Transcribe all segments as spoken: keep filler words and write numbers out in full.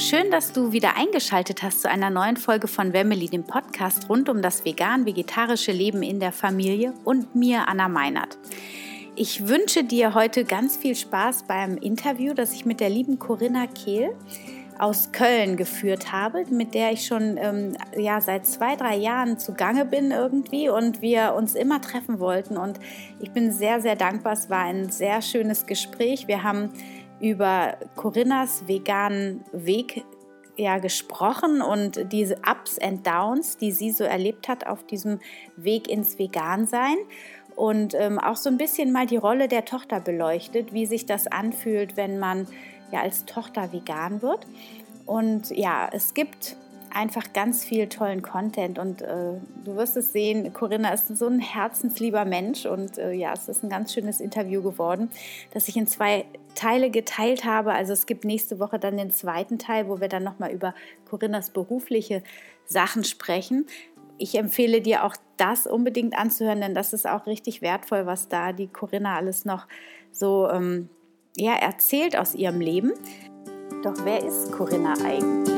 Schön, dass du wieder eingeschaltet hast zu einer neuen Folge von Wemmeli, dem Podcast rund um das vegan-vegetarische Leben in der Familie und mir, Anna Meinert. Ich wünsche dir heute ganz viel Spaß beim Interview, das ich mit der lieben Corinna Kehl aus Köln geführt habe, mit der ich schon ähm, ja, seit zwei, drei Jahren zugange bin irgendwie und wir uns immer treffen wollten. Und ich bin sehr, sehr dankbar. Es war ein sehr schönes Gespräch. Wir haben über Corinnas veganen Weg ja, gesprochen und diese Ups and Downs, die sie so erlebt hat auf diesem Weg ins Vegansein. Und ähm, auch so ein bisschen mal die Rolle der Tochter beleuchtet, wie sich das anfühlt, wenn man ja als Tochter vegan wird. Und ja, es gibt einfach ganz viel tollen Content und äh, du wirst es sehen, Corinna ist so ein herzenslieber Mensch und äh, ja, es ist ein ganz schönes Interview geworden, das ich in zwei Teile geteilt habe. Also es gibt nächste Woche dann den zweiten Teil, wo wir dann nochmal über Corinnas berufliche Sachen sprechen. Ich empfehle dir auch das unbedingt anzuhören, denn das ist auch richtig wertvoll, was da die Corinna alles noch so ähm, ja, erzählt aus ihrem Leben. Doch wer ist Corinna eigentlich?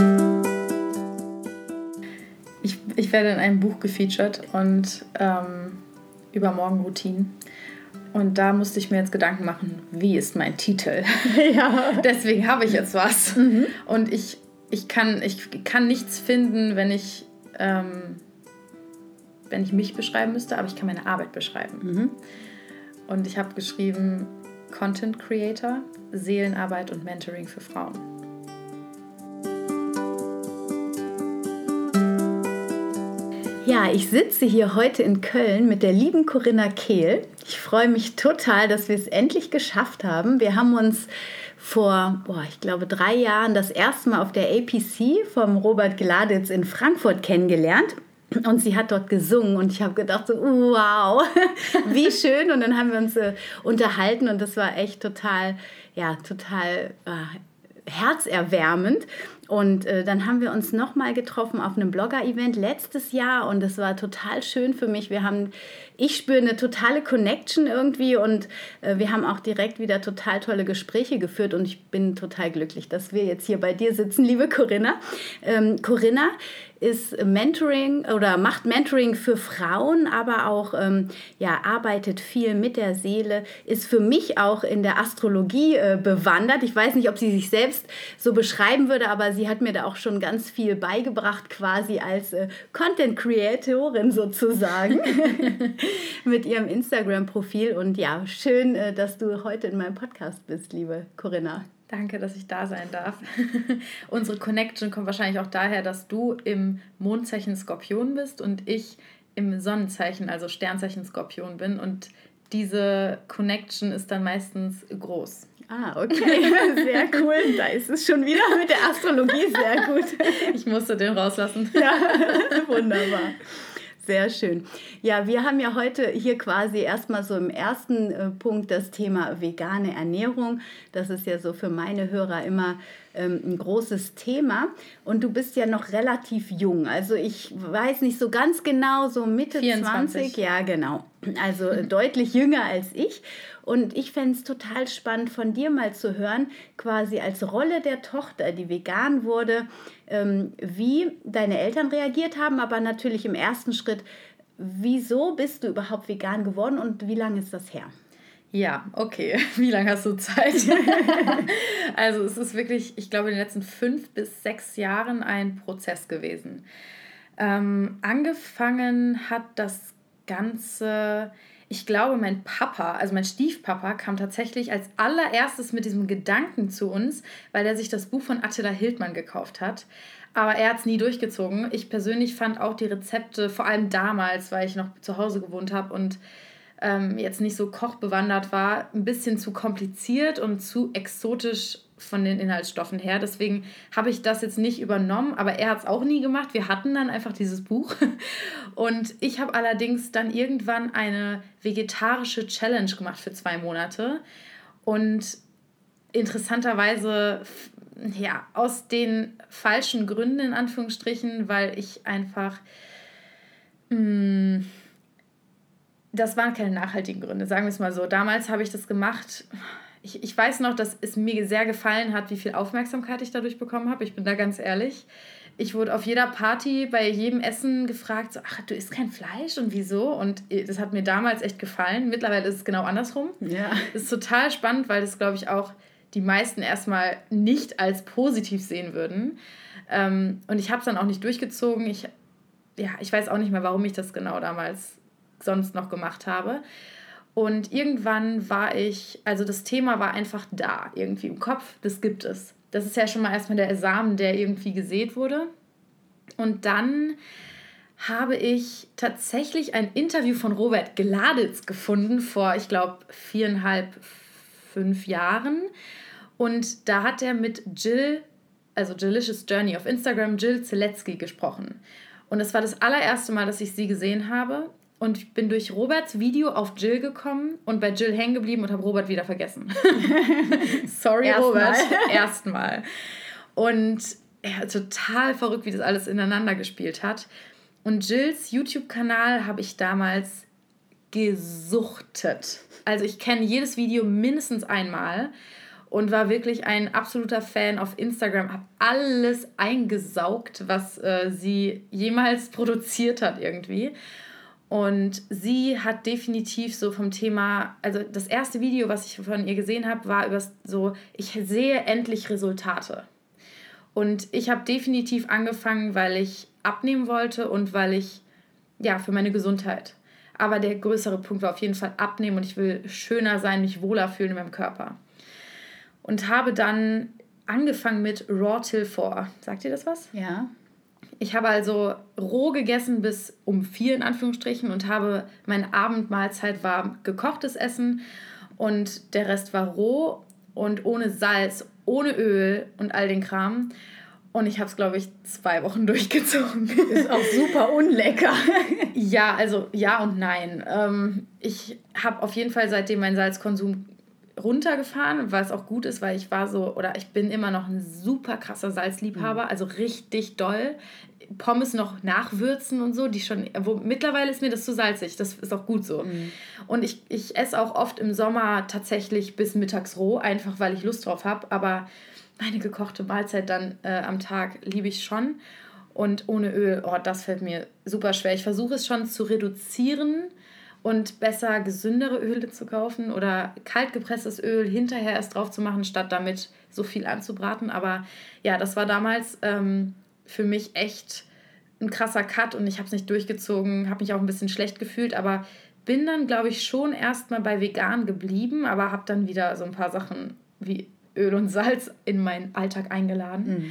Ich, ich werde in einem Buch gefeatured und ähm, über Morgenroutinen. Und da musste ich mir jetzt Gedanken machen, wie ist mein Titel? Ja. Deswegen habe ich jetzt was. Mhm. Und ich, ich, kann, ich kann nichts finden, wenn ich, ähm, wenn ich mich beschreiben müsste, aber ich kann meine Arbeit beschreiben. Mhm. Und ich habe geschrieben, Content Creator, Seelenarbeit und Mentoring für Frauen. Ja, ich sitze hier heute in Köln mit der lieben Corinna Kehl. Ich freue mich total, dass wir es endlich geschafft haben. Wir haben uns vor, boah, ich glaube, drei Jahren das erste Mal auf der A P C vom Robert Gladitz in Frankfurt kennengelernt. Und sie hat dort gesungen und ich habe gedacht, so, wow, wie schön. Und dann haben wir uns äh, unterhalten und das war echt total, ja, total äh, herzerwärmend. Und äh, dann haben wir uns nochmal getroffen auf einem Blogger-Event letztes Jahr und das war total schön für mich. Wir haben, ich spüre eine totale Connection irgendwie und äh, wir haben auch direkt wieder total tolle Gespräche geführt und ich bin total glücklich, dass wir jetzt hier bei dir sitzen, liebe Corinna. Ähm, Corinna ist Mentoring oder macht Mentoring für Frauen, aber auch ähm, ja, arbeitet viel mit der Seele, ist für mich auch in der Astrologie äh, bewandert. Ich weiß nicht, ob sie sich selbst so beschreiben würde, aber sie hat mir da auch schon ganz viel beigebracht, quasi als äh, Content-Creatorin sozusagen mit ihrem Instagram-Profil. Und ja, schön, äh, dass du heute in meinem Podcast bist, liebe Corinna. Danke, dass ich da sein darf. Unsere Connection kommt wahrscheinlich auch daher, dass du im Mondzeichen Skorpion bist und ich im Sonnenzeichen, also Sternzeichen Skorpion bin. Und diese Connection ist dann meistens groß. Ah, okay. Sehr cool. Da ist es schon wieder mit der Astrologie sehr gut. Ich musste den rauslassen. Ja, wunderbar. Sehr schön. Ja, wir haben ja heute hier quasi erstmal so im ersten äh, Punkt das Thema vegane Ernährung. Das ist ja so für meine Hörer immer ähm, ein großes Thema. Und du bist ja noch relativ jung. Also ich weiß nicht so ganz genau, so Mitte vierundzwanzig. zwanzig. Ja, genau. Also äh, deutlich jünger als ich. Und ich fände es total spannend, von dir mal zu hören, quasi als Rolle der Tochter, die vegan wurde, ähm, wie deine Eltern reagiert haben, aber natürlich im ersten Schritt, wieso bist du überhaupt vegan geworden und wie lange ist das her? Ja, okay. Wie lange hast du Zeit? Also es ist wirklich, ich glaube, in den letzten fünf bis sechs Jahren ein Prozess gewesen. Ähm, angefangen hat das Ganze... Ich glaube, mein Papa, also mein Stiefpapa, kam tatsächlich als allererstes mit diesem Gedanken zu uns, weil er sich das Buch von Attila Hildmann gekauft hat. Aber er hat es nie durchgezogen. Ich persönlich fand auch die Rezepte, vor allem damals, weil ich noch zu Hause gewohnt habe und ähm, jetzt nicht so kochbewandert war, ein bisschen zu kompliziert und zu exotisch von den Inhaltsstoffen her. Deswegen habe ich das jetzt nicht übernommen, aber er hat es auch nie gemacht. Wir hatten dann einfach dieses Buch. Und ich habe allerdings dann irgendwann eine vegetarische Challenge gemacht für zwei Monate. Und interessanterweise, ja, aus den falschen Gründen, in Anführungsstrichen, weil ich einfach... Mh, das waren keine nachhaltigen Gründe, sagen wir es mal so. Damals habe ich das gemacht... ich, ich weiß noch, dass es mir sehr gefallen hat, wie viel Aufmerksamkeit ich dadurch bekommen habe. Ich bin da ganz ehrlich. Ich wurde auf jeder Party, bei jedem Essen gefragt, so, ach, du isst kein Fleisch und wieso? Und das hat mir damals echt gefallen. Mittlerweile ist es genau andersrum. Ja. Das ist total spannend, weil das, glaube ich, auch die meisten erstmal nicht als positiv sehen würden. Ähm, und ich habe es dann auch nicht durchgezogen. Ich, ja, ich weiß auch nicht mehr, warum ich das genau damals sonst noch gemacht habe. Und irgendwann war ich, also das Thema war einfach da, irgendwie im Kopf, das gibt es. Das ist ja schon mal erstmal der Samen, der irgendwie gesät wurde. Und dann habe ich tatsächlich ein Interview von Robert Gladitz gefunden vor, ich glaube, viereinhalb, fünf Jahren. Und da hat er mit Jill, also Jillicious Journey auf Instagram, Jill Zielecki gesprochen. Und es war das allererste Mal, dass ich sie gesehen habe. Und ich bin durch Roberts Video auf Jill gekommen und bei Jill hängen geblieben und habe Robert wieder vergessen. Sorry, Erst Robert. Erstmal. Und ja, total verrückt, wie das alles ineinander gespielt hat. Und Jills YouTube-Kanal habe ich damals gesuchtet. Also ich kenne jedes Video mindestens einmal und war wirklich ein absoluter Fan auf Instagram. Habe alles eingesaugt, was äh, sie jemals produziert hat irgendwie. Und sie hat definitiv so vom Thema, also das erste Video, was ich von ihr gesehen habe, war über so, ich sehe endlich Resultate. Und ich habe definitiv angefangen, weil ich abnehmen wollte und weil ich, ja, für meine Gesundheit. Aber der größere Punkt war auf jeden Fall abnehmen und ich will schöner sein, mich wohler fühlen in meinem Körper. Und habe dann angefangen mit Raw Till Four. Sagt ihr das was? Ja. Ich habe also roh gegessen bis um vier in Anführungsstrichen und habe, meine Abendmahlzeit war gekochtes Essen und der Rest war roh und ohne Salz, ohne Öl und all den Kram. Und ich habe es, glaube ich, zwei Wochen durchgezogen. Ist auch super unlecker. Ja, also ja und nein. Ähm, ich habe auf jeden Fall seitdem meinen Salzkonsum runtergefahren, was auch gut ist, weil ich war so, oder ich bin immer noch ein super krasser Salzliebhaber, mhm. also richtig doll. Pommes noch nachwürzen und so, die schon, wo, mittlerweile ist mir das zu salzig, das ist auch gut so. Mhm. Und ich, ich esse auch oft im Sommer tatsächlich bis mittags roh, einfach weil ich Lust drauf habe, aber meine gekochte Mahlzeit dann äh, am Tag liebe ich schon. Und ohne Öl, oh, das fällt mir super schwer. Ich versuche es schon zu reduzieren und besser gesündere Öle zu kaufen oder kaltgepresstes Öl hinterher erst drauf zu machen, statt damit so viel anzubraten. Aber ja, das war damals ähm, für mich echt ein krasser Cut und ich habe es nicht durchgezogen, habe mich auch ein bisschen schlecht gefühlt, aber bin dann, glaube ich, schon erstmal bei vegan geblieben, aber habe dann wieder so ein paar Sachen wie Öl und Salz in meinen Alltag eingeladen. Mhm.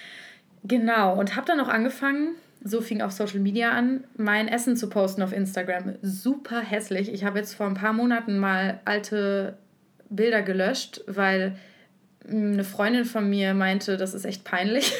Genau, und habe dann auch angefangen, so fing auch Social Media an, mein Essen zu posten auf Instagram. Super hässlich. Ich habe jetzt vor ein paar Monaten mal alte Bilder gelöscht, weil eine Freundin von mir meinte, das ist echt peinlich.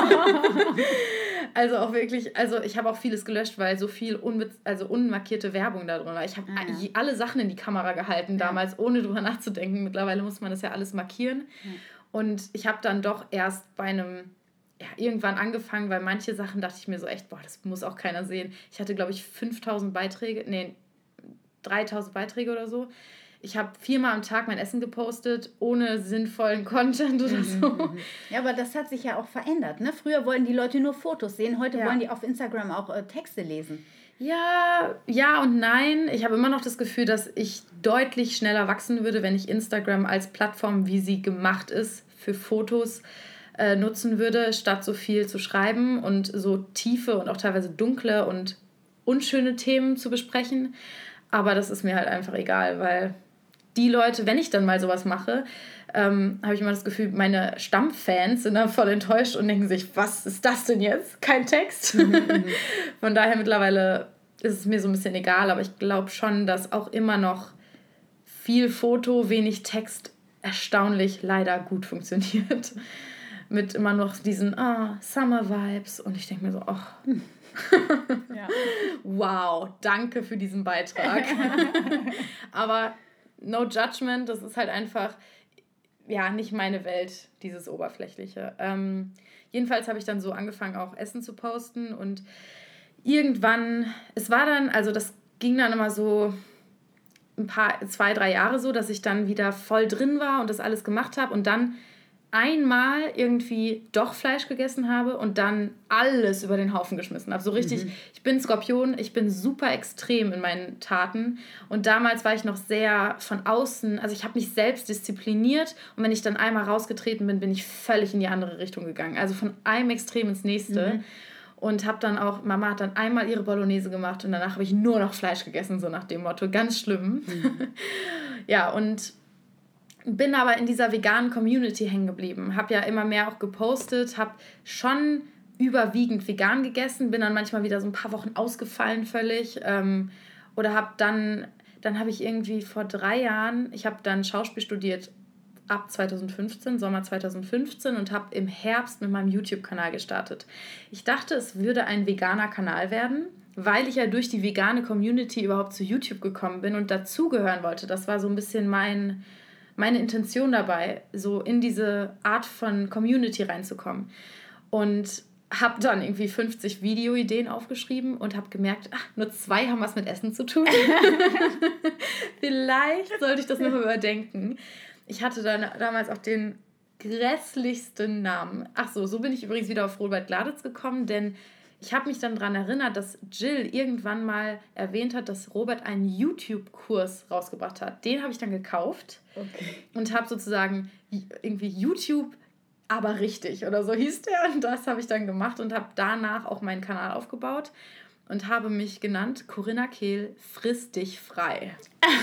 Also auch wirklich, also ich habe auch vieles gelöscht, weil so viel unbe- also unmarkierte Werbung da drin war. Ich habe ah, ja. alle Sachen in die Kamera gehalten ja. damals, ohne drüber nachzudenken. Mittlerweile muss man das ja alles markieren. Ja. Und ich habe dann doch erst bei einem, ja, irgendwann angefangen, weil manche Sachen dachte ich mir so echt, boah, das muss auch keiner sehen. Ich hatte, glaube ich, fünftausend Beiträge, nee, dreitausend Beiträge oder so. Ich habe viermal am Tag mein Essen gepostet, ohne sinnvollen Content oder mhm, so. Mhm. Ja, aber das hat sich ja auch verändert, ne? Früher wollten die Leute nur Fotos sehen, heute ja. wollen die auf Instagram auch äh, Texte lesen. Ja, ja und nein. Ich habe immer noch das Gefühl, dass ich deutlich schneller wachsen würde, wenn ich Instagram als Plattform, wie sie gemacht ist, für Fotos äh, nutzen würde, statt so viel zu schreiben und so tiefe und auch teilweise dunkle und unschöne Themen zu besprechen. Aber das ist mir halt einfach egal, weil die Leute, wenn ich dann mal sowas mache, ähm, habe ich immer das Gefühl, meine Stammfans sind dann voll enttäuscht und denken sich, was ist das denn jetzt? Kein Text? Mhm, Von daher mittlerweile ist es mir so ein bisschen egal, aber ich glaube schon, dass auch immer noch viel Foto, wenig Text erstaunlich leider gut funktioniert. Mit immer noch diesen oh, Summer-Vibes und ich denke mir so, ach, ja. Wow, danke für diesen Beitrag. Aber no judgment, das ist halt einfach, ja, nicht meine Welt, dieses Oberflächliche. Ähm, jedenfalls habe ich dann so angefangen, auch Essen zu posten und irgendwann, es war dann, also das ging dann immer so ein paar, zwei, drei Jahre so, dass ich dann wieder voll drin war und das alles gemacht habe und dann einmal irgendwie doch Fleisch gegessen habe und dann alles über den Haufen geschmissen habe. So richtig, mhm. ich bin Skorpion, ich bin super extrem in meinen Taten und damals war ich noch sehr von außen, also ich habe mich selbst diszipliniert und wenn ich dann einmal rausgetreten bin, bin ich völlig in die andere Richtung gegangen. Also von einem Extrem ins nächste. Mhm. Und habe dann auch, Mama hat dann einmal ihre Bolognese gemacht und danach habe ich nur noch Fleisch gegessen, so nach dem Motto. Ganz schlimm. Mhm. Ja, und bin aber in dieser veganen Community hängen geblieben. Habe ja immer mehr auch gepostet, habe schon überwiegend vegan gegessen, bin dann manchmal wieder so ein paar Wochen ausgefallen völlig. Ähm, oder habe dann, dann habe ich irgendwie vor drei Jahren, ich habe dann Schauspiel studiert, ab zwanzig fünfzehn, Sommer zwanzig fünfzehn und habe im Herbst mit meinem YouTube-Kanal gestartet. Ich dachte, es würde ein veganer Kanal werden, weil ich ja durch die vegane Community überhaupt zu YouTube gekommen bin und dazugehören wollte. Das war so ein bisschen mein, meine Intention dabei, so in diese Art von Community reinzukommen. Und habe dann irgendwie fünfzig Videoideen aufgeschrieben und habe gemerkt, ach, nur zwei haben was mit Essen zu tun. Vielleicht sollte ich das noch überdenken. Ich hatte dann damals auch den grässlichsten Namen. Ach so, so bin ich übrigens wieder auf Robert Gladitz gekommen, denn ich habe mich dann daran erinnert, dass Jill irgendwann mal erwähnt hat, dass Robert einen YouTube-Kurs rausgebracht hat. Den habe ich dann gekauft okay. und habe sozusagen irgendwie YouTube, aber richtig oder so hieß der. Und das habe ich dann gemacht und habe danach auch meinen Kanal aufgebaut und habe mich genannt Corinna Kehl, friss dich frei.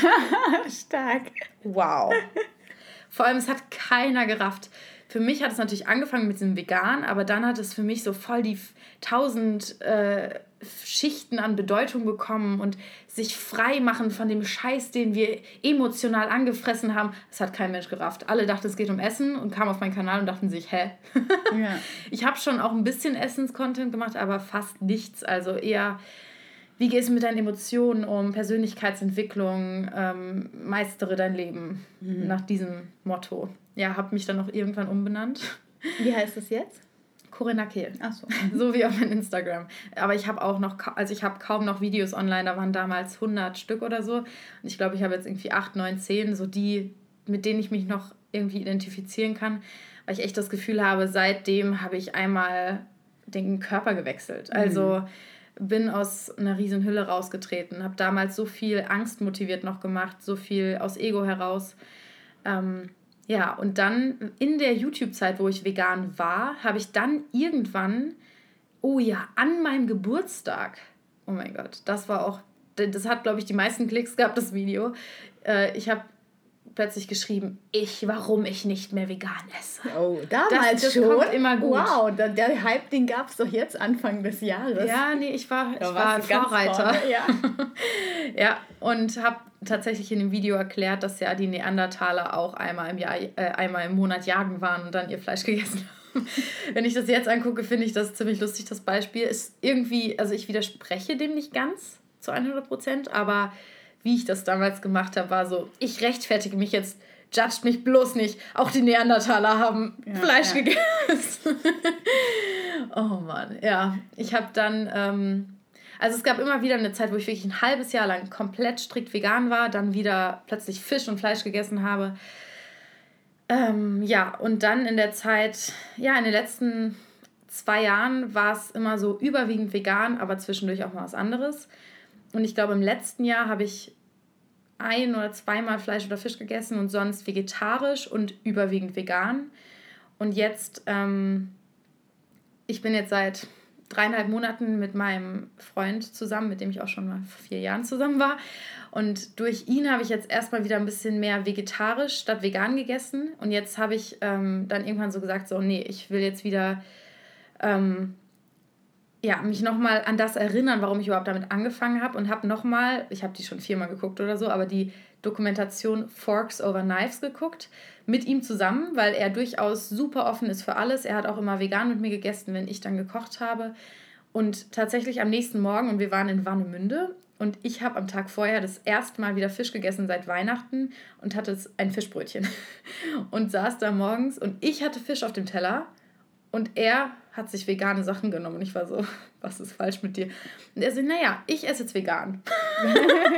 Stark. Wow. Vor allem, es hat keiner gerafft. Für mich hat es natürlich angefangen mit diesem Vegan, aber dann hat es für mich so voll die tausend äh, Schichten an Bedeutung bekommen und sich frei machen von dem Scheiß, den wir emotional angefressen haben. Das hat kein Mensch gerafft. Alle dachten, es geht um Essen und kamen auf meinen Kanal und dachten sich, hä? Ja. Ich habe schon auch ein bisschen Essens-Content gemacht, aber fast nichts. Also eher, wie gehst du mit deinen Emotionen um, Persönlichkeitsentwicklung, ähm, meistere dein Leben, mhm. nach diesem Motto. Ja, habe mich dann noch irgendwann umbenannt. Wie heißt es jetzt? Corinna Kehl. Ach so. So wie auf meinem Instagram. Aber ich habe auch noch, also ich habe kaum noch Videos online, da waren damals hundert Stück oder so. Und ich glaube, ich habe jetzt irgendwie acht, neun, zehn, so die, mit denen ich mich noch irgendwie identifizieren kann. Weil ich echt das Gefühl habe, seitdem habe ich einmal den Körper gewechselt. Also mhm. bin aus einer riesen Hülle rausgetreten, habe damals so viel Angst motiviert noch gemacht, so viel aus Ego heraus. Ähm, Ja, und dann in der YouTube-Zeit, wo ich vegan war, habe ich dann irgendwann, oh ja, an meinem Geburtstag, oh mein Gott, das war auch, das hat, glaube ich, die meisten Klicks gehabt, das Video. Äh, ich habe plötzlich geschrieben, ich, warum ich nicht mehr vegan esse. Oh, damals das, das schon? Kommt immer gut. Wow, der, der Hype, den gab es doch jetzt Anfang des Jahres. Ja, nee, ich war, ich war ein Vorreiter. Ja. Ja, und habe tatsächlich in dem Video erklärt, dass ja die Neandertaler auch einmal im Jahr, äh, einmal im Monat jagen waren und dann ihr Fleisch gegessen haben. Wenn ich das jetzt angucke, finde ich das ziemlich lustig, das Beispiel. Ist irgendwie, also ich widerspreche dem nicht ganz zu hundert Prozent, aber wie ich das damals gemacht habe, war so, ich rechtfertige mich jetzt, judgt mich bloß nicht. Auch die Neandertaler haben ja, Fleisch ja. gegessen. Oh Mann, ja. Ich habe dann, ähm, also es gab immer wieder eine Zeit, wo ich wirklich ein halbes Jahr lang komplett strikt vegan war, dann wieder plötzlich Fisch und Fleisch gegessen habe. Ähm, ja, und dann in der Zeit, ja, in den letzten zwei Jahren war es immer so überwiegend vegan, aber zwischendurch auch mal was anderes. Und ich glaube, im letzten Jahr habe ich ein- oder zweimal Fleisch oder Fisch gegessen und sonst vegetarisch und überwiegend vegan. Und jetzt, ähm, ich bin jetzt seit dreieinhalb Monaten mit meinem Freund zusammen, mit dem ich auch schon mal vor vier Jahren zusammen war. Und durch ihn habe ich jetzt erstmal wieder ein bisschen mehr vegetarisch statt vegan gegessen. Und jetzt habe ich ähm, dann irgendwann so gesagt, so, nee, ich will jetzt wieder ähm, ja, mich nochmal an das erinnern, warum ich überhaupt damit angefangen habe. Und habe nochmal, ich habe die schon viermal geguckt oder so, aber die Dokumentation Forks Over Knives geguckt, mit ihm zusammen, weil er durchaus super offen ist für alles. Er hat auch immer vegan mit mir gegessen, wenn ich dann gekocht habe. Und tatsächlich am nächsten Morgen, und wir waren in Warnemünde, und ich habe am Tag vorher das erste Mal wieder Fisch gegessen seit Weihnachten und hatte ein Fischbrötchen. Und saß da morgens und ich hatte Fisch auf dem Teller und er hat sich vegane Sachen genommen. Und ich war so, was ist falsch mit dir? Und er so, naja, ich esse jetzt vegan.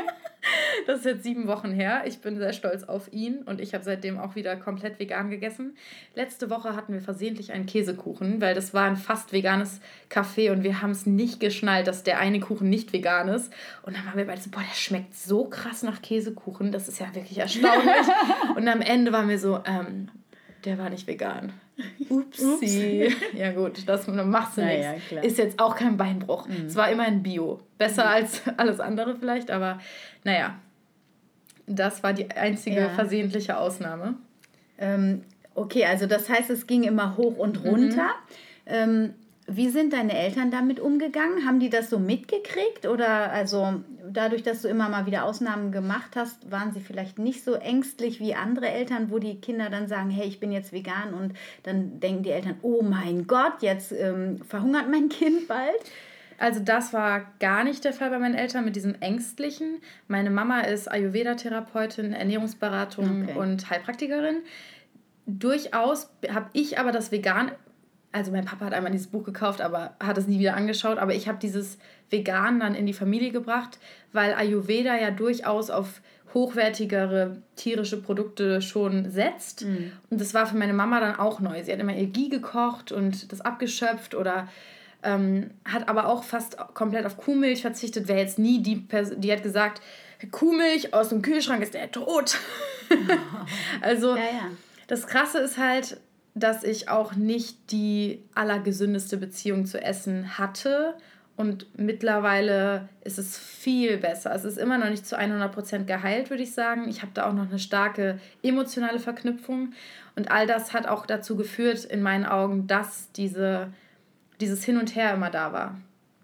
Das ist jetzt sieben Wochen her. Ich bin sehr stolz auf ihn und ich habe seitdem auch wieder komplett vegan gegessen. Letzte Woche hatten wir versehentlich einen Käsekuchen, weil das war ein fast veganes Café und wir haben es nicht geschnallt, dass der eine Kuchen nicht vegan ist. Und dann waren wir beide so, boah, der schmeckt so krass nach Käsekuchen, das ist ja wirklich erstaunlich. Und am Ende waren wir so, ähm, der war nicht vegan. Upsi. Ups. Ja gut, das machst du ja, nichts. Ja, ist jetzt auch kein Beinbruch. Mhm. Es war immerhin Bio. Besser mhm. als alles andere vielleicht, aber naja. Das war die einzige ja. versehentliche Ausnahme. Ähm, okay, also das heißt, es ging immer hoch und runter. Mhm. Ähm, wie sind deine Eltern damit umgegangen? Haben die das so mitgekriegt? Oder also dadurch, dass du immer mal wieder Ausnahmen gemacht hast, waren sie vielleicht nicht so ängstlich wie andere Eltern, wo die Kinder dann sagen, hey, ich bin jetzt vegan und dann denken die Eltern, oh mein Gott, jetzt ähm, verhungert mein Kind bald? Also das war gar nicht der Fall bei meinen Eltern mit diesem Ängstlichen. Meine Mama ist Ayurveda-Therapeutin, Ernährungsberatung okay. und Heilpraktikerin. Durchaus habe ich aber das Vegan... Also mein Papa hat einmal dieses Buch gekauft, aber hat es nie wieder angeschaut. Aber ich habe dieses Vegan dann in die Familie gebracht, weil Ayurveda ja durchaus auf hochwertigere tierische Produkte schon setzt. Mhm. Und das war für meine Mama dann auch neu. Sie hat immer ihr Ghee gekocht und das abgeschöpft oder ähm, hat aber auch fast komplett auf Kuhmilch verzichtet. Wäre jetzt nie die Person, die hat gesagt, Kuhmilch aus dem Kühlschrank ist der tot. Also ja, ja. Das Krasse ist halt, dass ich auch nicht die allergesündeste Beziehung zu Essen hatte. Und mittlerweile ist es viel besser. Es ist immer noch nicht zu hundert Prozent geheilt, würde ich sagen. Ich habe da auch noch eine starke emotionale Verknüpfung. Und all das hat auch dazu geführt, in meinen Augen, dass diese, dieses Hin und Her immer da war.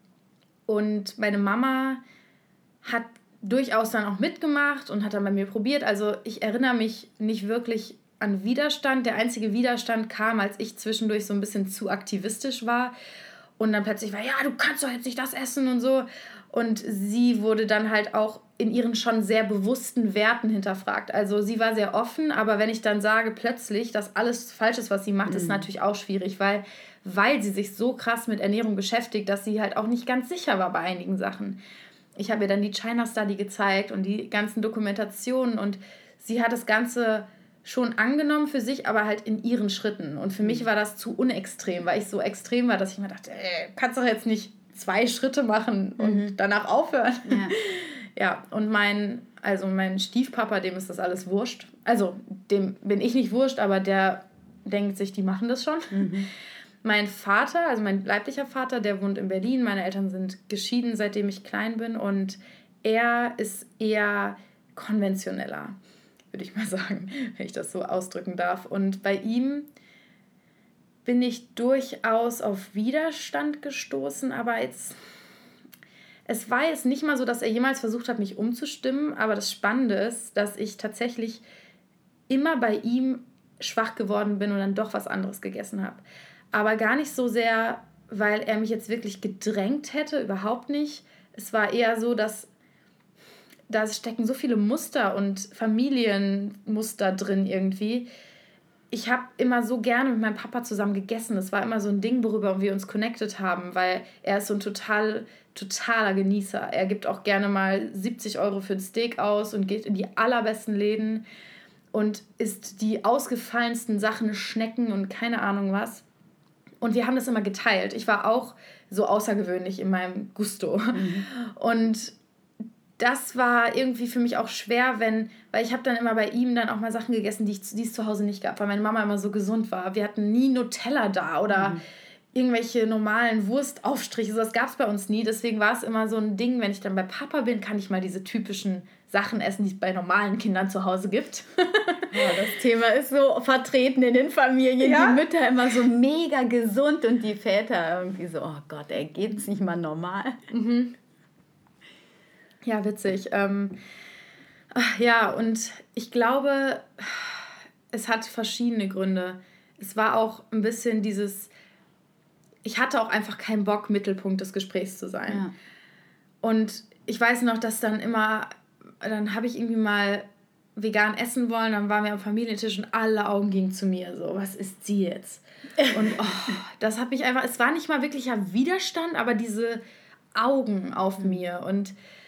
Und meine Mama hat durchaus dann auch mitgemacht und hat dann bei mir probiert. Also ich erinnere mich nicht wirklich an Widerstand. Der einzige Widerstand kam, als ich zwischendurch so ein bisschen zu aktivistisch war und dann plötzlich war, ja, du kannst doch jetzt nicht das essen und so. Und sie wurde dann halt auch in ihren schon sehr bewussten Werten hinterfragt. Also sie war sehr offen, aber wenn ich dann sage plötzlich, dass alles falsch ist, was sie macht, mhm. ist natürlich auch schwierig, weil, weil sie sich so krass mit Ernährung beschäftigt, dass sie halt auch nicht ganz sicher war bei einigen Sachen. Ich habe ihr dann die China Study gezeigt und die ganzen Dokumentationen und sie hat das Ganze schon angenommen für sich, aber halt in ihren Schritten. Und für mich war das zu unextrem, weil ich so extrem war, dass ich mir dachte, ey, kannst doch jetzt nicht zwei Schritte machen und mhm. danach aufhören. Ja. Ja, und mein, also mein Stiefpapa, dem ist das alles wurscht. Also dem bin ich nicht wurscht, aber der denkt sich, die machen das schon. Mhm. Mein Vater, also mein leiblicher Vater, der wohnt in Berlin. Meine Eltern sind geschieden, seitdem ich klein bin. Und er ist eher konventioneller, würde ich mal sagen, wenn ich das so ausdrücken darf. Und bei ihm bin ich durchaus auf Widerstand gestoßen, aber jetzt, es war jetzt nicht mal so, dass er jemals versucht hat, mich umzustimmen, aber das Spannende ist, dass ich tatsächlich immer bei ihm schwach geworden bin und dann doch was anderes gegessen habe. Aber gar nicht so sehr, weil er mich jetzt wirklich gedrängt hätte, überhaupt nicht. Es war eher so, dass da stecken so viele Muster und Familienmuster drin irgendwie. Ich habe immer so gerne mit meinem Papa zusammen gegessen. Das war immer so ein Ding, worüber wir uns connected haben, weil er ist so ein total, totaler Genießer. Er gibt auch gerne mal siebzig Euro für ein Steak aus und geht in die allerbesten Läden und isst die ausgefallensten Sachen, Schnecken und keine Ahnung was. Und wir haben das immer geteilt. Ich war auch so außergewöhnlich in meinem Gusto. Mhm. Und das war irgendwie für mich auch schwer, wenn, weil ich habe dann immer bei ihm dann auch mal Sachen gegessen, die, ich, die es zu Hause nicht gab, weil meine Mama immer so gesund war. Wir hatten nie Nutella da oder mhm. irgendwelche normalen Wurstaufstriche, das gab es bei uns nie. Deswegen war es immer so ein Ding, wenn ich dann bei Papa bin, kann ich mal diese typischen Sachen essen, die es bei normalen Kindern zu Hause gibt. Ja, das Thema ist so vertreten in den Familien. Ja? Die Mütter immer so mega gesund und die Väter irgendwie so, oh Gott, ey, geht's nicht mal normal? Mhm. Ja, witzig. Ähm, ach, ja, und ich glaube, es hat verschiedene Gründe. Es war auch ein bisschen dieses, ich hatte auch einfach keinen Bock, Mittelpunkt des Gesprächs zu sein. Ja. Und ich weiß noch, dass dann immer, dann habe ich irgendwie mal vegan essen wollen, dann waren wir am Familientisch und alle Augen gingen zu mir, so, was isst sie jetzt? Und oh, das hat mich einfach, es war nicht mal wirklicher Widerstand, aber diese Augen auf mir und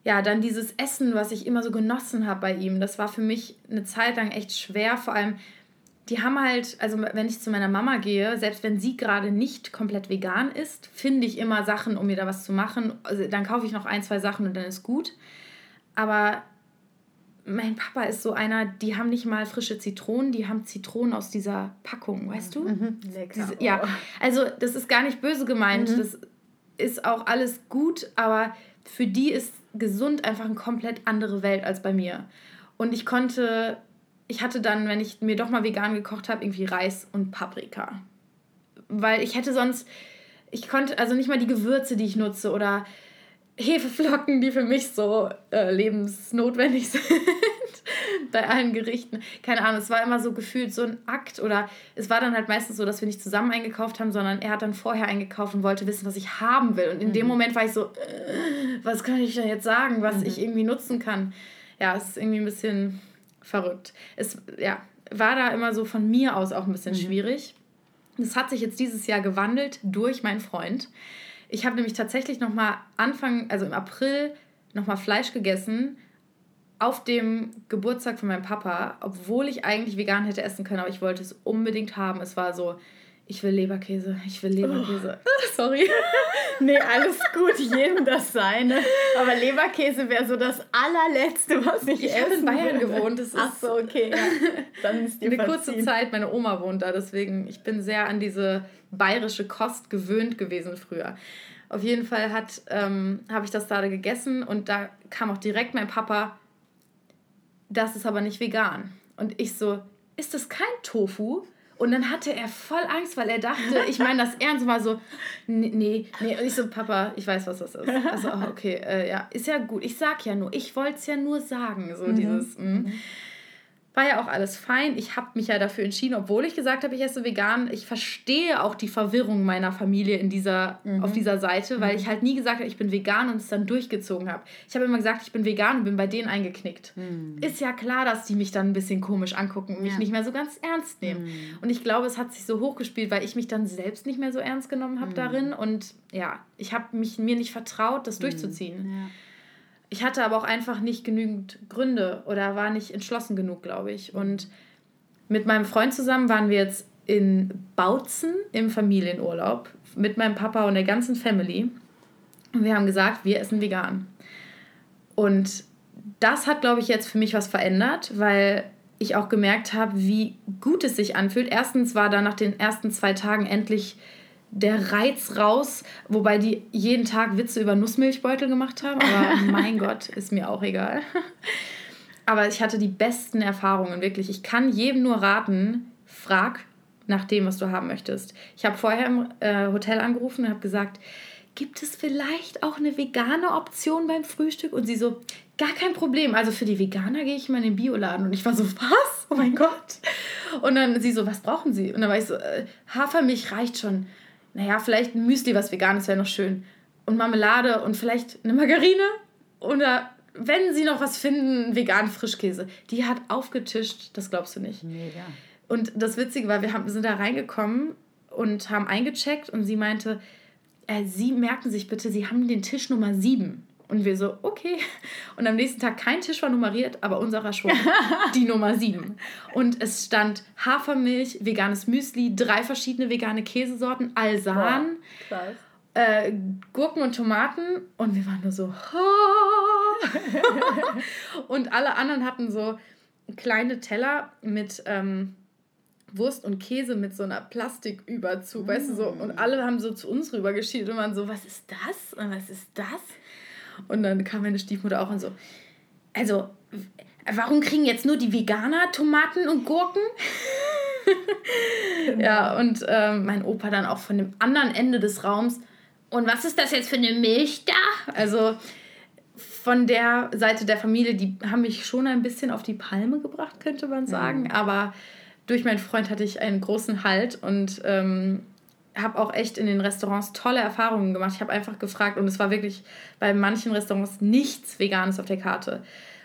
ja, dann dieses Essen, was ich immer so genossen habe bei ihm, das war für mich eine Zeit lang echt schwer. Vor allem, die haben halt, also wenn ich zu meiner Mama gehe, selbst wenn sie gerade nicht komplett vegan ist, finde ich immer Sachen, um mir da was zu machen. Also dann kaufe ich noch ein, zwei Sachen und dann ist gut. Aber mein Papa ist so einer, die haben nicht mal frische Zitronen, die haben Zitronen aus dieser Packung, weißt du? Mhm, lecker. Diese, ja, also das ist gar nicht böse gemeint, mhm. das ist auch alles gut, aber für die ist gesund einfach eine komplett andere Welt als bei mir. Und ich konnte, ich hatte dann, wenn ich mir doch mal vegan gekocht habe, irgendwie Reis und Paprika. Weil ich hätte sonst, ich konnte, also nicht mal die Gewürze, die ich nutze oder Hefeflocken, die für mich so äh, lebensnotwendig sind bei allen Gerichten. Keine Ahnung, es war immer so gefühlt so ein Akt oder es war dann halt meistens so, dass wir nicht zusammen eingekauft haben, sondern er hat dann vorher eingekauft und wollte wissen, was ich haben will. Und in mhm. dem Moment war ich so, äh, was kann ich denn jetzt sagen, was mhm. ich irgendwie nutzen kann? Ja, es ist irgendwie ein bisschen verrückt. Es ja, war da immer so von mir aus auch ein bisschen mhm. schwierig. Das hat sich jetzt dieses Jahr gewandelt durch meinen Freund. Ich habe nämlich tatsächlich nochmal Anfang, also im April, nochmal Fleisch gegessen auf dem Geburtstag von meinem Papa, obwohl ich eigentlich vegan hätte essen können, aber ich wollte es unbedingt haben. Es war so, ich will Leberkäse, ich will Leberkäse. Oh. Sorry. Nee, alles gut, jedem das seine. Aber Leberkäse wäre so das allerletzte, was ich, ich habe in Bayern will. gewohnt. Das Ach so, okay. Ja. Dann ist dir eine verziehen. kurze Zeit, meine Oma wohnt da, deswegen ich bin sehr an diese bayerische Kost gewöhnt gewesen früher. Auf jeden Fall hat ähm, habe ich das da gegessen und da kam auch direkt mein Papa, das ist aber nicht vegan. Und ich so, ist das kein Tofu? Und dann hatte er voll Angst, weil er dachte, ich meine das ernst, war so, nee, nee, nee. Und ich so, Papa, ich weiß, was das ist. Also, oh, okay, äh, ja, ist ja gut. Ich sag ja nur, ich wollte es ja nur sagen. So mhm. dieses, mh. War ja auch alles fein. Ich habe mich ja dafür entschieden, obwohl ich gesagt habe, ich esse vegan. Ich verstehe auch die Verwirrung meiner Familie in dieser, mhm. auf dieser Seite, weil mhm. ich halt nie gesagt habe, ich bin vegan und es dann durchgezogen habe. Ich habe immer gesagt, ich bin vegan und bin bei denen eingeknickt. Mhm. Ist ja klar, dass die mich dann ein bisschen komisch angucken und mich ja. nicht mehr so ganz ernst nehmen. Mhm. Und ich glaube, es hat sich so hochgespielt, weil ich mich dann selbst nicht mehr so ernst genommen habe mhm. darin. Und ja, ich habe mich mir nicht vertraut, das mhm. durchzuziehen. Ja. Ich hatte aber auch einfach nicht genügend Gründe oder war nicht entschlossen genug, glaube ich. Und mit meinem Freund zusammen waren wir jetzt in Bautzen im Familienurlaub mit meinem Papa und der ganzen Family. Und wir haben gesagt, wir essen vegan. Und das hat, glaube ich, jetzt für mich was verändert, weil ich auch gemerkt habe, wie gut es sich anfühlt. Erstens war da nach den ersten zwei Tagen endlich der Reiz raus, wobei die jeden Tag Witze über Nussmilchbeutel gemacht haben, aber mein Gott, ist mir auch egal. Aber ich hatte die besten Erfahrungen, wirklich. Ich kann jedem nur raten, frag nach dem, was du haben möchtest. Ich habe vorher im äh, Hotel angerufen und habe gesagt, gibt es vielleicht auch eine vegane Option beim Frühstück? Und sie so, gar kein Problem. Also für die Veganer gehe ich mal in den Bioladen. Und ich war so, was? Oh mein Gott. Und dann sie so, was brauchen Sie? Und dann war ich so, äh, Hafermilch reicht schon. Naja, vielleicht ein Müsli, was vegan ist, wäre noch schön. Und Marmelade und vielleicht eine Margarine. Oder wenn Sie noch was finden, veganen Frischkäse. Die hat aufgetischt, das glaubst du nicht. Mega. Und das Witzige war, wir haben, sind da reingekommen und haben eingecheckt und sie meinte, äh, Sie merken sich bitte, Sie haben den Tisch Nummer sieben. Und wir so, okay. Und am nächsten Tag, kein Tisch war nummeriert, aber unserer schon, die Nummer sieben. Und es stand Hafermilch, veganes Müsli, drei verschiedene vegane Käsesorten, Alsan, äh, Gurken und Tomaten. Und wir waren nur so, und alle anderen hatten so kleine Teller mit ähm, Wurst und Käse mit so einer Plastiküberzug, mm. weißt du, so. Und alle haben so zu uns rübergeschielt und waren so, was ist das? Und was ist das? Und dann kam meine Stiefmutter auch und so, also, warum kriegen jetzt nur die Veganer Tomaten und Gurken? Genau. Ja, und ähm, mein Opa dann auch von dem anderen Ende des Raums, und was ist das jetzt für eine Milch da? Also von der Seite der Familie, die haben mich schon ein bisschen auf die Palme gebracht, könnte man sagen, mhm. aber durch meinen Freund hatte ich einen großen Halt und ähm, habe auch echt in den Restaurants tolle Erfahrungen gemacht. Ich habe einfach gefragt und es war wirklich bei manchen Restaurants nichts Veganes auf der Karte.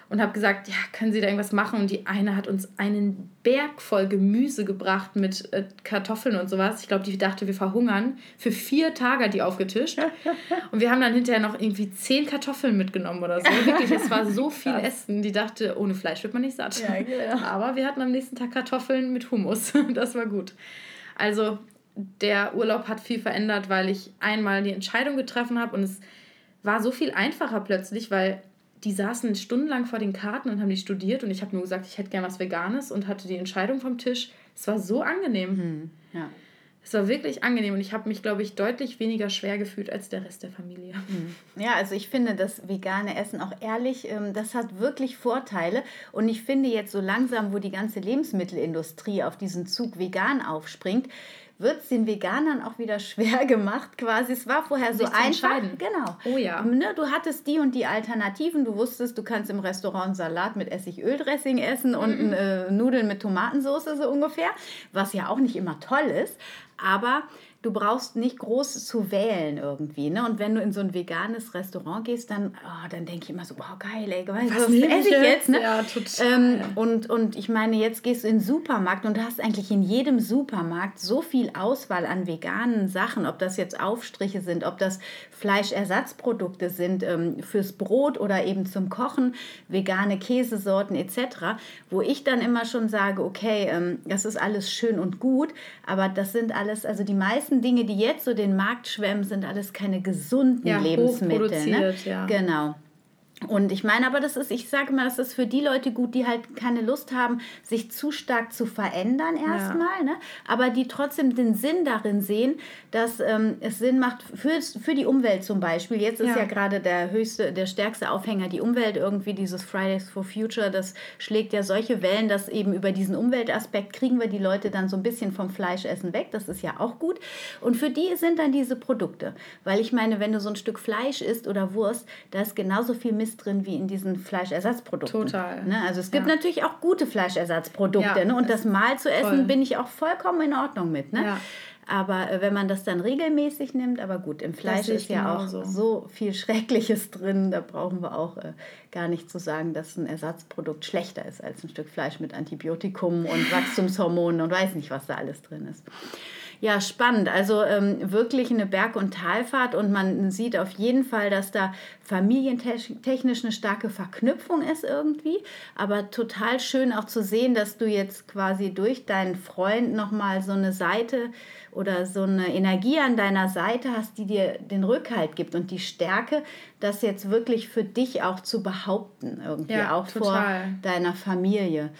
und habe gesagt, ja, können Sie da irgendwas machen? Und die eine hat uns einen Berg voll Gemüse gebracht mit äh, Kartoffeln und sowas. Ich glaube, die dachte, wir verhungern. Für vier Tage hat die aufgetischt. Und wir haben dann hinterher noch irgendwie zehn Kartoffeln mitgenommen oder so. Wirklich, es war so viel Essen. Die dachte, ohne Fleisch wird man nicht satt. Ja, genau. Aber wir hatten am nächsten Tag Kartoffeln mit Hummus. Das war gut. Also der Urlaub hat viel verändert, weil ich einmal die Entscheidung getroffen habe und es war so viel einfacher plötzlich, weil die saßen stundenlang vor den Karten und haben die studiert und ich habe nur gesagt, ich hätte gern was Veganes und hatte die Entscheidung vom Tisch. Es war so angenehm. Hm, ja. Es war wirklich angenehm und ich habe mich, glaube ich, deutlich weniger schwer gefühlt als der Rest der Familie. Ja, also ich finde das vegane Essen auch ehrlich, das hat wirklich Vorteile. Und ich finde jetzt so langsam, wo die ganze Lebensmittelindustrie auf diesen Zug vegan aufspringt, wird es den Veganern auch wieder schwer gemacht quasi. Es war vorher so einfach. Genau. Oh ja. Ne, du hattest die und die Alternativen. Du wusstest, du kannst im Restaurant einen Salat mit Essigöldressing essen und mhm. äh, Nudeln mit Tomatensauce so ungefähr, was ja auch nicht immer toll ist. Aber du brauchst nicht groß zu wählen irgendwie. Ne? Und wenn du in so ein veganes Restaurant gehst, dann, oh, dann denke ich immer so, wow, geil, ey, was, was esse ich jetzt? Ne? Ja, total. Ähm, und, und ich meine, jetzt gehst du in den Supermarkt und du hast eigentlich in jedem Supermarkt so viel Auswahl an veganen Sachen, ob das jetzt Aufstriche sind, ob das Fleischersatzprodukte sind ähm, fürs Brot oder eben zum Kochen, vegane Käsesorten et cetera, wo ich dann immer schon sage, okay, ähm, das ist alles schön und gut, aber das sind alles, also die meisten Dinge, die jetzt so den Markt schwemmen, sind alles keine gesunden ja, Lebensmittel. Ne? Ja. Genau. Und ich meine, aber das ist, ich sage mal, das ist für die Leute gut, die halt keine Lust haben, sich zu stark zu verändern erstmal, ja. ne? Aber die trotzdem den Sinn darin sehen, dass ähm, es Sinn macht für, für die Umwelt zum Beispiel. Jetzt ist ja, ja gerade der höchste, der stärkste Aufhänger die Umwelt irgendwie, dieses Fridays for Future, das schlägt ja solche Wellen, dass eben über diesen Umweltaspekt kriegen wir die Leute dann so ein bisschen vom Fleischessen weg. Das ist ja auch gut. Und für die sind dann diese Produkte. Weil ich meine, wenn du so ein Stück Fleisch isst oder Wurst, da ist genauso viel Mist drin wie in diesen Fleischersatzprodukten. Total. Ne? Also es gibt ja. natürlich auch gute Fleischersatzprodukte. Ja, ne? Und das mal zu essen, voll. bin ich auch vollkommen in Ordnung mit. Ne? Ja. Aber äh, wenn man das dann regelmäßig nimmt, aber gut, im Fleisch ist ja auch so. so viel Schreckliches drin, da brauchen wir auch äh, gar nicht zu sagen, dass ein Ersatzprodukt schlechter ist als ein Stück Fleisch mit Antibiotikum und Wachstumshormonen und weiß nicht, was da alles drin ist. Ja, spannend. Also ähm, wirklich eine Berg- und Talfahrt und man sieht auf jeden Fall, dass da familientechnisch eine starke Verknüpfung ist irgendwie, aber total schön auch zu sehen, dass du jetzt quasi durch deinen Freund nochmal so eine Seite oder so eine Energie an deiner Seite hast, die dir den Rückhalt gibt und die Stärke, das jetzt wirklich für dich auch zu behaupten, irgendwie ja, auch total. vor deiner Familie.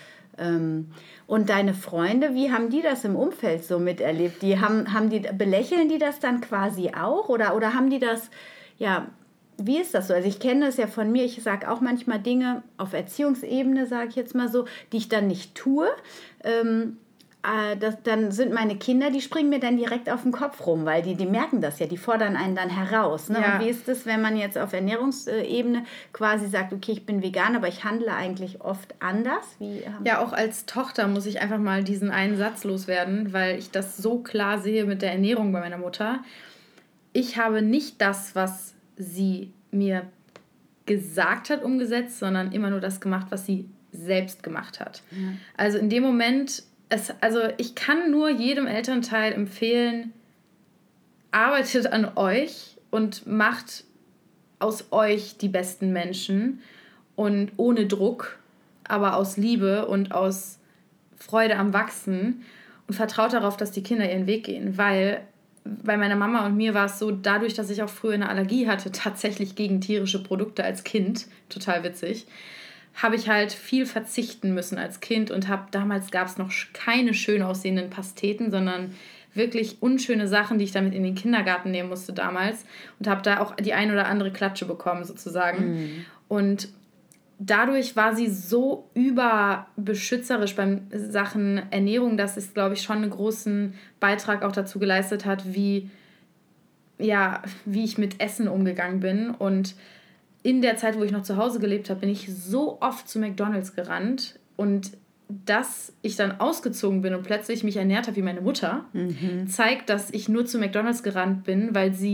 Und deine Freunde, wie haben die das im Umfeld so miterlebt? Die haben, haben die, belächeln die das dann quasi auch? Oder, oder haben die das, ja, wie ist das so? Also ich kenne das ja von mir, ich sage auch manchmal Dinge auf Erziehungsebene, sage ich jetzt mal so, die ich dann nicht tue. Ähm, Das, dann sind meine Kinder, die springen mir dann direkt auf den Kopf rum, weil die, die merken das ja, die fordern einen dann heraus. Ne? Ja. Und wie ist es, wenn man jetzt auf Ernährungsebene quasi sagt, okay, ich bin vegan, aber ich handle eigentlich oft anders? Wie, ja, auch als Tochter muss ich einfach mal diesen einen Satz loswerden, weil ich das so klar sehe mit der Ernährung bei meiner Mutter. Ich habe nicht das, was sie mir gesagt hat, umgesetzt, sondern immer nur das gemacht, was sie selbst gemacht hat. Ja. Also in dem Moment... Es, also ich kann nur jedem Elternteil empfehlen, arbeitet an euch und macht aus euch die besten Menschen und ohne Druck, aber aus Liebe und aus Freude am Wachsen und vertraut darauf, dass die Kinder ihren Weg gehen, weil bei meiner Mama und mir war es so, dadurch, dass ich auch früher eine Allergie hatte, tatsächlich gegen tierische Produkte als Kind, total witzig, habe ich halt viel verzichten müssen als Kind und habe damals gab es noch keine schön aussehenden Pasteten, sondern wirklich unschöne Sachen, die ich damit in den Kindergarten nehmen musste damals und habe da auch die ein oder andere Klatsche bekommen sozusagen. Mm. Und dadurch war sie so überbeschützerisch beim Sachen Ernährung, dass es, glaube ich, schon einen großen Beitrag auch dazu geleistet hat, wie, ja, wie ich mit Essen umgegangen bin. Und in der Zeit, wo ich noch zu Hause gelebt habe, bin ich so oft zu McDonald's gerannt und dass ich dann ausgezogen bin und plötzlich mich ernährt habe wie meine Mutter, mhm. zeigt, dass ich nur zu McDonald's gerannt bin, weil sie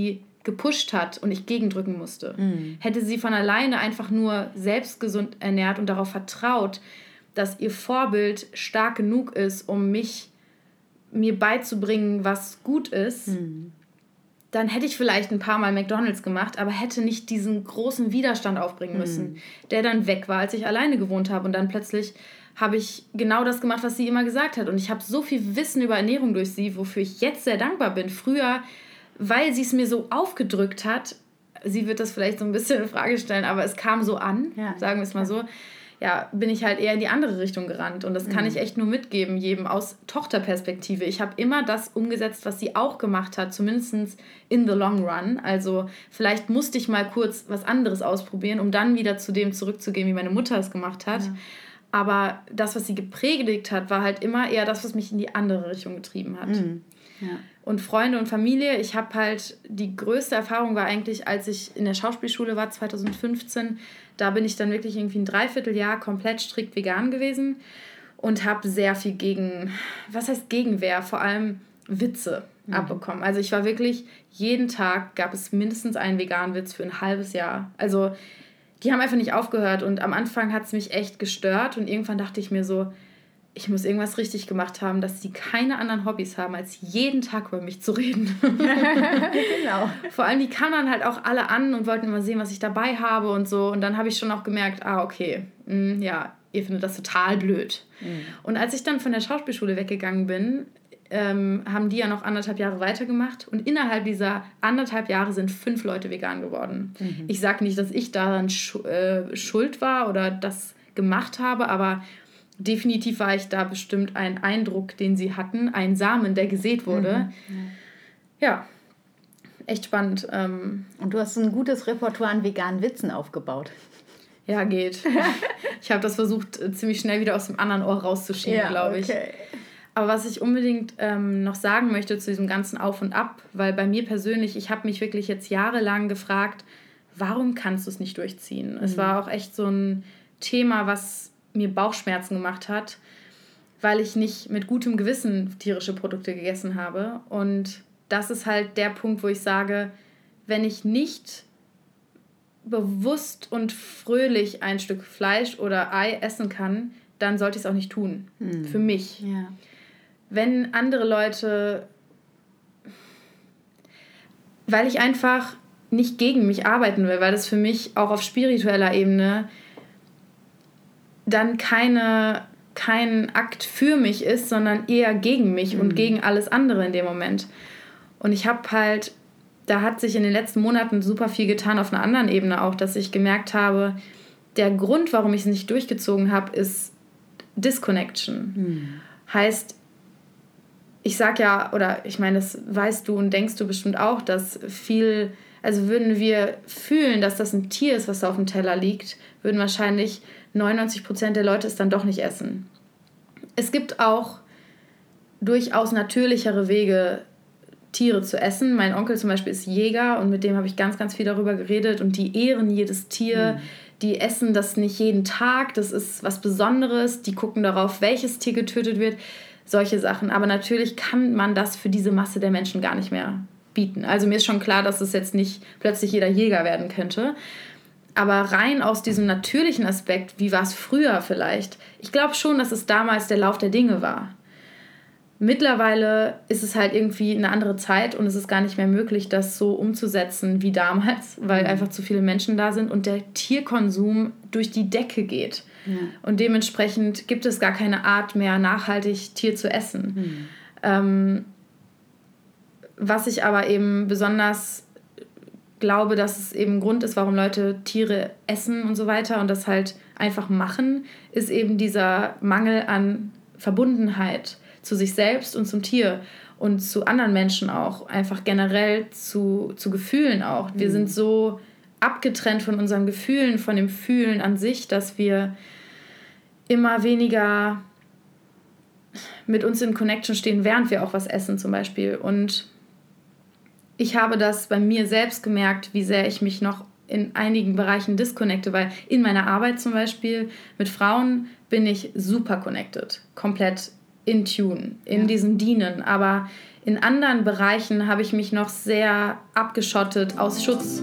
gepusht hat und ich gegendrücken musste. Mhm. Hätte sie von alleine einfach nur selbst gesund ernährt und darauf vertraut, dass ihr Vorbild stark genug ist, um mich, mir beizubringen, was gut ist, Mhm. dann hätte ich vielleicht ein paar Mal McDonald's gemacht, aber hätte nicht diesen großen Widerstand aufbringen müssen, Mhm. der dann weg war, als ich alleine gewohnt habe. Und dann plötzlich habe ich genau das gemacht, was sie immer gesagt hat. Und ich habe so viel Wissen über Ernährung durch sie, wofür ich jetzt sehr dankbar bin. Früher, weil sie es mir so aufgedrückt hat, sie wird das vielleicht so ein bisschen in Frage stellen, aber es kam so an, Ja, sagen wir es mal so, ja, bin ich halt eher in die andere Richtung gerannt. Und das kann Mhm. ich echt nur mitgeben, jedem aus Tochterperspektive. Ich habe immer das umgesetzt, was sie auch gemacht hat, zumindest in the long run. Also vielleicht musste ich mal kurz was anderes ausprobieren, um dann wieder zu dem zurückzugehen, wie meine Mutter es gemacht hat. Ja. Aber das, was sie gepredigt hat, war halt immer eher das, was mich in die andere Richtung getrieben hat. Mhm. Ja. Und Freunde und Familie, ich habe halt, die größte Erfahrung war eigentlich, als ich in der Schauspielschule war, zwanzig fünfzehn, da bin ich dann wirklich irgendwie ein Dreivierteljahr komplett strikt vegan gewesen und habe sehr viel gegen, was heißt Gegenwehr, vor allem Witze Mhm. abbekommen. Also ich war wirklich, jeden Tag gab es mindestens einen veganen Witz für ein halbes Jahr. Also die haben einfach nicht aufgehört und am Anfang hat es mich echt gestört und irgendwann dachte ich mir so, ich muss irgendwas richtig gemacht haben, dass sie keine anderen Hobbys haben, als jeden Tag über mich zu reden. Genau. Vor allem, die kamen dann halt auch alle an und wollten immer sehen, was ich dabei habe und so. Und dann habe ich schon auch gemerkt, ah, okay, mh, ja, ihr findet das total blöd. Mhm. Und als ich dann von der Schauspielschule weggegangen bin, ähm, haben die ja noch anderthalb Jahre weitergemacht. Und innerhalb dieser anderthalb Jahre sind fünf Leute vegan geworden. Mhm. Ich sage nicht, dass ich daran schu- äh, schuld war oder das gemacht habe, aber definitiv war ich da bestimmt ein Eindruck, den sie hatten, ein Samen, der gesät wurde. Mhm. Ja, echt spannend. Ähm, Und du hast ein gutes Repertoire an veganen Witzen aufgebaut. ja, geht. Ich habe das versucht, äh, ziemlich schnell wieder aus dem anderen Ohr rauszuschieben, glaube ich. okay. Aber was ich unbedingt ähm, noch sagen möchte zu diesem ganzen Auf und Ab, weil bei mir persönlich, ich habe mich wirklich jetzt jahrelang gefragt, warum kannst du es nicht durchziehen? Es war auch echt so ein Thema, was mir Bauchschmerzen gemacht hat, weil ich nicht mit gutem Gewissen tierische Produkte gegessen habe. Und das ist halt der Punkt, wo ich sage, wenn ich nicht bewusst und fröhlich ein Stück Fleisch oder Ei essen kann, dann sollte ich es auch nicht tun. Hm. Für mich. Ja. Wenn andere Leute, weil ich einfach nicht gegen mich arbeiten will, weil das für mich auch auf spiritueller Ebene dann keine, kein Akt für mich ist, sondern eher gegen mich Mhm. und gegen alles andere in dem Moment. Und ich habe halt, da hat sich in den letzten Monaten super viel getan auf einer anderen Ebene auch, dass ich gemerkt habe, der Grund, warum ich es nicht durchgezogen habe, ist Disconnection. Hm. Heißt, ich sag ja, oder ich meine, das weißt du und denkst du bestimmt auch, dass viel, also würden wir fühlen, dass das ein Tier ist, was da auf dem Teller liegt, würden wahrscheinlich neunundneunzig Prozent der Leute es dann doch nicht essen. Es gibt auch durchaus natürlichere Wege, Tiere zu essen. Mein Onkel zum Beispiel ist Jäger und mit dem habe ich ganz, ganz viel darüber geredet und die ehren jedes Tier. Mhm. Die essen das nicht jeden Tag, das ist was Besonderes. Die gucken darauf, welches Tier getötet wird, solche Sachen. Aber natürlich kann man das für diese Masse der Menschen gar nicht mehr bieten. Also mir ist schon klar, dass es jetzt nicht plötzlich jeder Jäger werden könnte. Aber rein aus diesem natürlichen Aspekt, wie war es früher vielleicht? Ich glaube schon, dass es damals der Lauf der Dinge war. Mittlerweile ist es halt irgendwie eine andere Zeit und es ist gar nicht mehr möglich, das so umzusetzen wie damals, weil mhm. einfach zu viele Menschen da sind und der Tierkonsum durch die Decke geht. Ja. Und dementsprechend gibt es gar keine Art mehr, nachhaltig Tier zu essen. Mhm. Ähm, was ich aber eben besonders glaube, dass es eben ein Grund ist, warum Leute Tiere essen und so weiter und das halt einfach machen, ist eben dieser Mangel an Verbundenheit zu sich selbst und zum Tier und zu anderen Menschen auch, einfach generell zu, zu Gefühlen auch. Wir mhm. sind so abgetrennt von unseren Gefühlen, von dem Fühlen an sich, dass wir immer weniger mit uns in Connection stehen, während wir auch was essen zum Beispiel. Und ich habe das bei mir selbst gemerkt, wie sehr ich mich noch in einigen Bereichen disconnecte, weil in meiner Arbeit zum Beispiel mit Frauen bin ich super connected, komplett in Tune, in ja. diesem Dienen. Aber in anderen Bereichen habe ich mich noch sehr abgeschottet aus Schutz.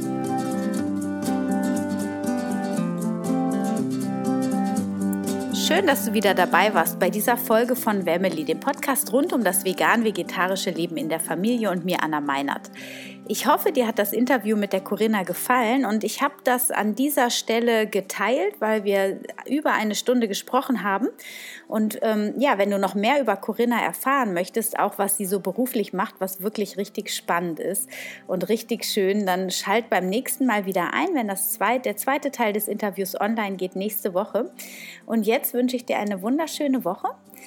Schön, dass du wieder dabei warst bei dieser Folge von Family, dem Podcast rund um das vegan-vegetarische Leben in der Familie und mir, Anna Meinert. Ich hoffe, dir hat das Interview mit der Corinna gefallen und ich habe das an dieser Stelle geteilt, weil wir über eine Stunde gesprochen haben. Und ähm, ja, wenn du noch mehr über Corinna erfahren möchtest, auch was sie so beruflich macht, was wirklich richtig spannend ist und richtig schön, dann schalt beim nächsten Mal wieder ein, wenn das zweite, der zweite Teil des Interviews online geht nächste Woche. Und jetzt wünsche ich dir eine wunderschöne Woche.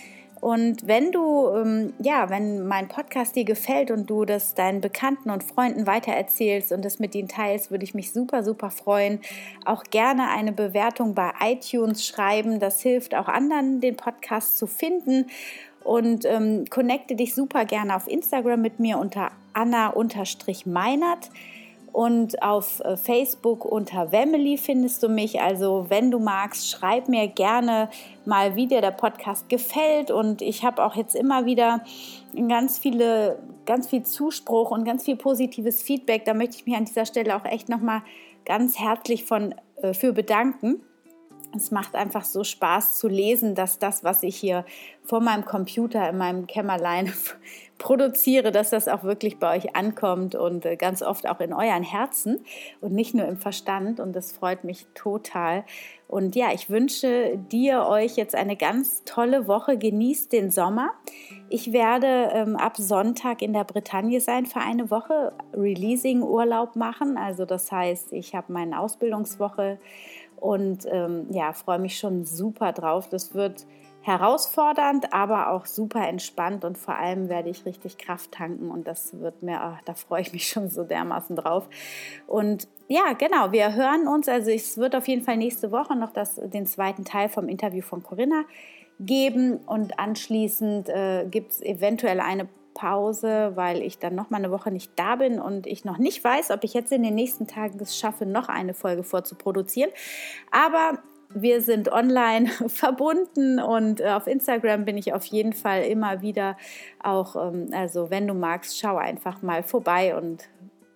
Und wenn du, ähm, ja, wenn mein Podcast dir gefällt und du das deinen Bekannten und Freunden weitererzählst und das mit ihnen teilst, würde ich mich super, super freuen. Auch gerne eine Bewertung bei iTunes schreiben. Das hilft auch anderen, den Podcast zu finden. Und ähm, connecte dich super gerne auf Instagram mit mir unter Anna-Meinert. Und auf Facebook unter Family findest du mich. Also wenn du magst, schreib mir gerne mal, wie dir der Podcast gefällt. Und ich habe auch jetzt immer wieder ganz viele, ganz viel Zuspruch und ganz viel positives Feedback. Da möchte ich mich an dieser Stelle auch echt nochmal ganz herzlich von, äh, für bedanken. Es macht einfach so Spaß zu lesen, dass das, was ich hier vor meinem Computer in meinem Kämmerlein produziere, dass das auch wirklich bei euch ankommt und ganz oft auch in euren Herzen und nicht nur im Verstand. Und das freut mich total. Und ja, ich wünsche dir, euch jetzt eine ganz tolle Woche. Genießt den Sommer. Ich werde ähm, ab Sonntag in der Bretagne sein für eine Woche, Releasing-Urlaub machen. Also das heißt, ich habe meine Ausbildungswoche und ähm, ja, freue mich schon super drauf. Das wird herausfordernd, aber auch super entspannt und vor allem werde ich richtig Kraft tanken und das wird mir, ach, da freue ich mich schon so dermaßen drauf. Und ja, genau, wir hören uns, also es wird auf jeden Fall nächste Woche noch das, den zweiten Teil vom Interview von Corinna geben und anschließend äh, gibt es eventuell eine Pause, weil ich dann noch mal eine Woche nicht da bin und ich noch nicht weiß, ob ich jetzt in den nächsten Tagen es schaffe, noch eine Folge vorzuproduzieren. Aber wir sind online verbunden und auf Instagram bin ich auf jeden Fall immer wieder auch, also wenn du magst, schau einfach mal vorbei und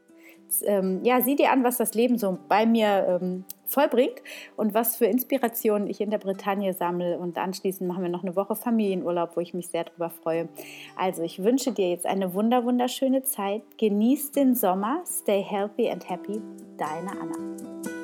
ähm, ja, sieh dir an, was das Leben so bei mir ähm, vollbringt und was für Inspirationen ich in der Bretagne sammle und anschließend machen wir noch eine Woche Familienurlaub, wo ich mich sehr darüber freue. Also ich wünsche dir jetzt eine wunder wunderschöne Zeit, genieß den Sommer, stay healthy and happy, deine Anna.